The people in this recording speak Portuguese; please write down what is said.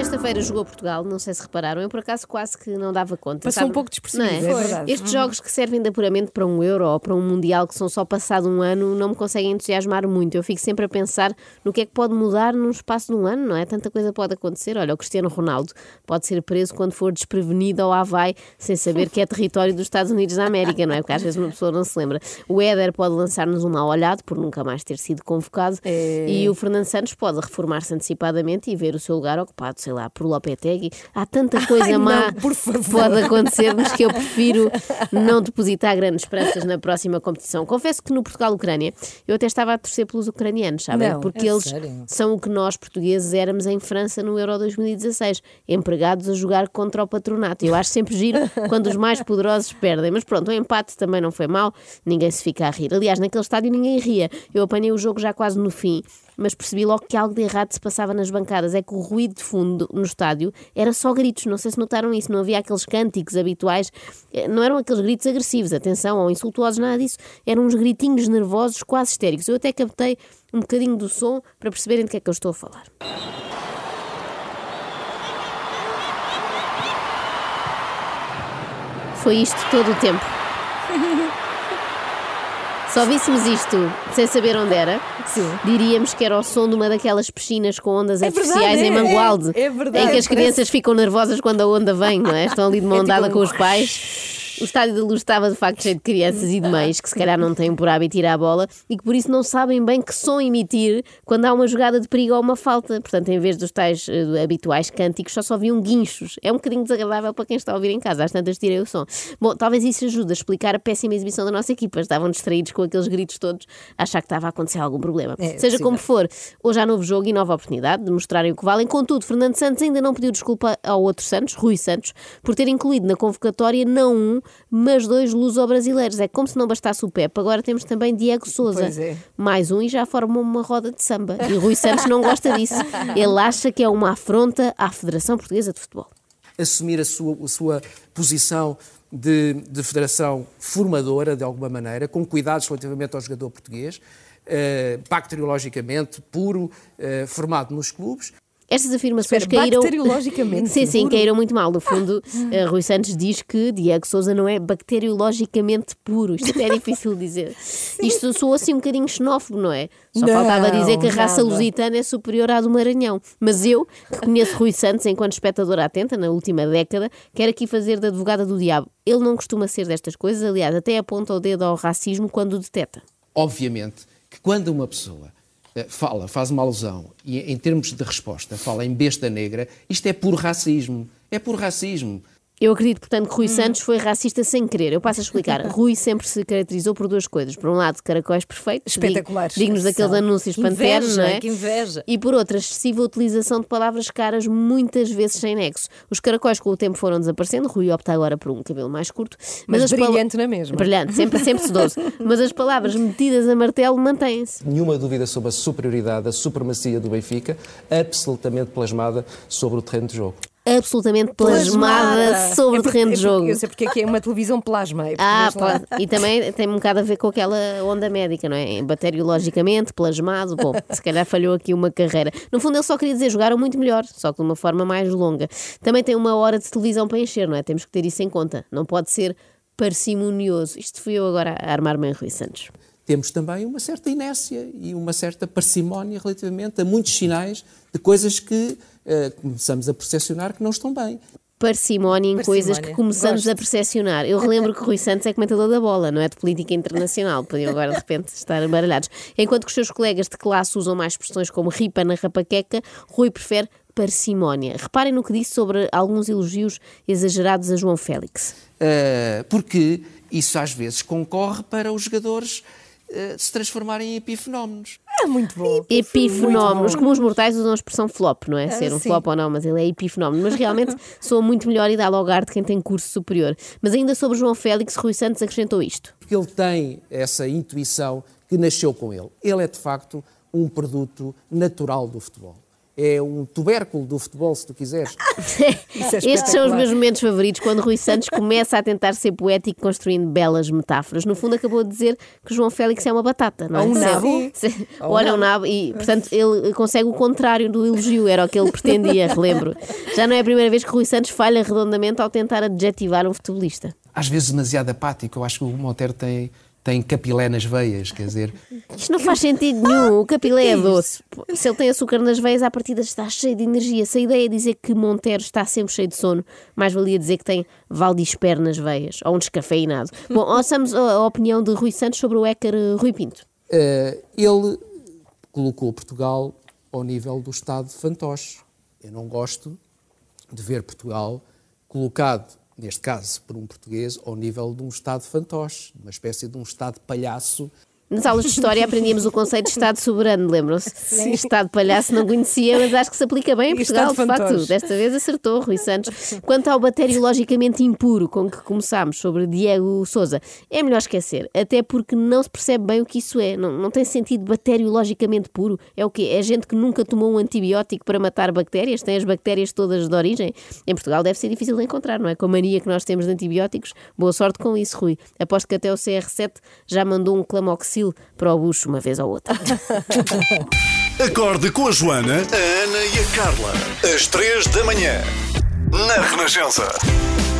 sexta-feira jogou Portugal, não sei se repararam, eu por acaso quase que não dava conta. Passou um pouco despercebido, não é verdade. Estes jogos que servem de apuramento para um Euro ou para um Mundial, que são só passado um ano, não me conseguem entusiasmar muito. Eu fico sempre a pensar no que é que pode mudar num espaço de um ano, não é? Tanta coisa pode acontecer. Olha, o Cristiano Ronaldo pode ser preso quando for desprevenido ao Havaí, sem saber que é território dos Estados Unidos da América, não é? Porque às vezes uma pessoa não se lembra. O Éder pode lançar-nos um mal olhado por nunca mais ter sido convocado e o Fernando Santos pode reformar-se antecipadamente e ver o seu lugar ocupado, sei lá, por Lopetegui. Há tanta coisa má que pode acontecer-nos que eu prefiro não depositar grandes esperanças na próxima competição. Confesso que no Portugal-Ucrânia eu até estava a torcer pelos ucranianos, sabem? Não, porque eles são o que nós portugueses éramos em França no Euro 2016, empregados a jogar contra o patronato. Eu acho sempre giro quando os mais poderosos perdem, mas pronto, o empate também não foi mau, ninguém se fica a rir. Aliás, naquele estádio ninguém ria. Eu apanhei o jogo já quase no fim, mas percebi logo que algo de errado se passava nas bancadas. É que o ruído de fundo no estádio era só gritos, não sei se notaram isso, não havia aqueles cânticos habituais, não eram aqueles gritos agressivos, atenção, ou insultuosos, nada disso, eram uns gritinhos nervosos, quase histéricos. Eu até captei um bocadinho do som para perceberem de que é que eu estou a falar. Foi isto todo o tempo. Se ouvíssemos isto sem saber onde era, diríamos que era o som de uma daquelas piscinas com ondas artificiais em Mangualde, em que as crianças ficam nervosas quando a onda vem, não é? Estão ali de mão dada com os pais. O Estádio da Luz estava de facto cheio de crianças e de mães que se calhar não têm por hábito ir à bola e que por isso não sabem bem que som emitir quando há uma jogada de perigo ou uma falta. Portanto, em vez dos tais habituais cânticos, só ouviam guinchos. É um bocadinho desagradável para quem está a ouvir em casa. Às tantas tirei o som. Bom, talvez isso ajude a explicar a péssima exibição da nossa equipa. Estavam distraídos com aqueles gritos todos, a achar que estava a acontecer algum problema. Seja como for, hoje há novo jogo e nova oportunidade de mostrarem o que valem. Contudo, Fernando Santos ainda não pediu desculpa ao outro Santos, Rui Santos, por ter incluído na convocatória não um, mas dois luso-brasileiros. É como se não bastasse o Pepe. Agora temos também Diego Sousa. Mais um e já formam uma roda de samba. E Rui Santos não gosta disso. Ele acha que é uma afronta à Federação Portuguesa de Futebol. Assumir a sua posição de federação formadora, de alguma maneira, com cuidados relativamente ao jogador português, bacteriologicamente puro, formado nos clubes. Estas afirmações caíram... Bacteriologicamente? Sim, caíram muito mal. No fundo, Rui Santos diz que Diego Sousa não é bacteriologicamente puro. Isto até é difícil de dizer. Isto soa assim um bocadinho xenófobo, não é? Só faltava dizer que a raça lusitana é superior à do Maranhão. Mas eu, que conheço Rui Santos enquanto espectadora atenta na última década, quero aqui fazer de advogada do diabo. Ele não costuma ser destas coisas, aliás, até aponta o dedo ao racismo quando o deteta. Obviamente que quando uma pessoa faz uma alusão e em termos de resposta fala em besta negra, isto é puro racismo. É puro racismo. Eu acredito, portanto, que Rui Santos foi racista sem querer. Eu passo a explicar. Rui sempre se caracterizou por duas coisas. Por um lado, caracóis perfeitos, espetaculares, dignos daqueles anúncios panteros, não é? Que inveja. E por outra, excessiva utilização de palavras caras, muitas vezes sem nexo. Os caracóis com o tempo foram desaparecendo. Rui opta agora por um cabelo mais curto. Mas brilhante na mesma. Brilhante, sempre sedoso. Mas as palavras metidas a martelo mantêm-se. Nenhuma dúvida sobre a superioridade, a supremacia do Benfica, absolutamente plasmada sobre o terreno de jogo. Absolutamente plasmada sobre o terreno de jogo. Eu sei porque é que é uma televisão plasma. E também tem um bocado a ver com aquela onda médica, não é? Bacteriologicamente, plasmado. Bom, se calhar falhou aqui uma carreira. No fundo, ele só queria dizer jogaram muito melhor, só que de uma forma mais longa. Também tem uma hora de televisão para encher, não é? Temos que ter isso em conta. Não pode ser parcimonioso. Isto fui eu agora a armar-me em Rui Santos. Temos também uma certa inércia e uma certa parcimónia relativamente a muitos sinais de coisas que começamos a percepcionar que não estão bem. Parcimónia em coisas que começamos a percepcionar. Eu relembro que Rui Santos é comentador da bola, não é de política internacional. Podiam agora, de repente, estar baralhados. Enquanto que os seus colegas de classe usam mais expressões como ripa na rapaqueca, Rui prefere parcimónia. Reparem no que disse sobre alguns elogios exagerados a João Félix. Porque isso às vezes concorre para os jogadores se transformarem em epifenómenos. É muito bom. Epifenómenos. Como os mortais usam a expressão flop, não é? Ser um flop ou não, mas ele é epifenómeno. Mas realmente soa muito melhor e dá logo ar de quem tem curso superior. Mas ainda sobre João Félix, Rui Santos acrescentou isto. Porque ele tem essa intuição que nasceu com ele. Ele é, de facto, um produto natural do futebol. é um tubérculo do futebol, se tu quiseres. Estes são os meus momentos favoritos, quando Rui Santos começa a tentar ser poético construindo belas metáforas. No fundo acabou de dizer que João Félix é uma batata, não é? Ou um nabo. Olha, um nabo. E, portanto, ele consegue o contrário do elogio, era o que ele pretendia, relembro. Já não é a primeira vez que Rui Santos falha redondamente ao tentar adjetivar um futebolista. Às vezes demasiado apático. Eu acho que o Montero tem capilé nas veias, quer dizer... Isto não faz sentido nenhum, o capilé é doce. Se ele tem açúcar nas veias, à partida está cheio de energia. Se a ideia é dizer que Montero está sempre cheio de sono, mais valia dizer que tem Valdisper nas veias, ou um descafeinado. Bom, ouçamos a opinião de Rui Santos sobre o hacker Rui Pinto. Ele colocou Portugal ao nível do Estado de fantoche. Eu não gosto de ver Portugal colocado, neste caso por um português, ao nível de um Estado fantoche, uma espécie de um Estado palhaço. Nas aulas de História aprendíamos o conceito de Estado soberano, lembram-se? Estado palhaço não conhecia, mas acho que se aplica bem em Portugal, de facto. Desta vez acertou, Rui Santos. Quanto ao bacteriologicamente impuro com que começámos sobre Diego Sousa, é melhor esquecer, até porque não se percebe bem o que isso é. Não tem sentido bacteriologicamente puro. É o quê? É gente que nunca tomou um antibiótico para matar bactérias? Tem as bactérias todas de origem? Em Portugal deve ser difícil de encontrar, não é? Com a mania que nós temos de antibióticos. Boa sorte com isso, Rui. Aposto que até o CR7 já mandou um clamoxil para o bucho uma vez ou outra. Acorde com a Joana, a Ana e a Carla. Às 3 da manhã. Na Renascença.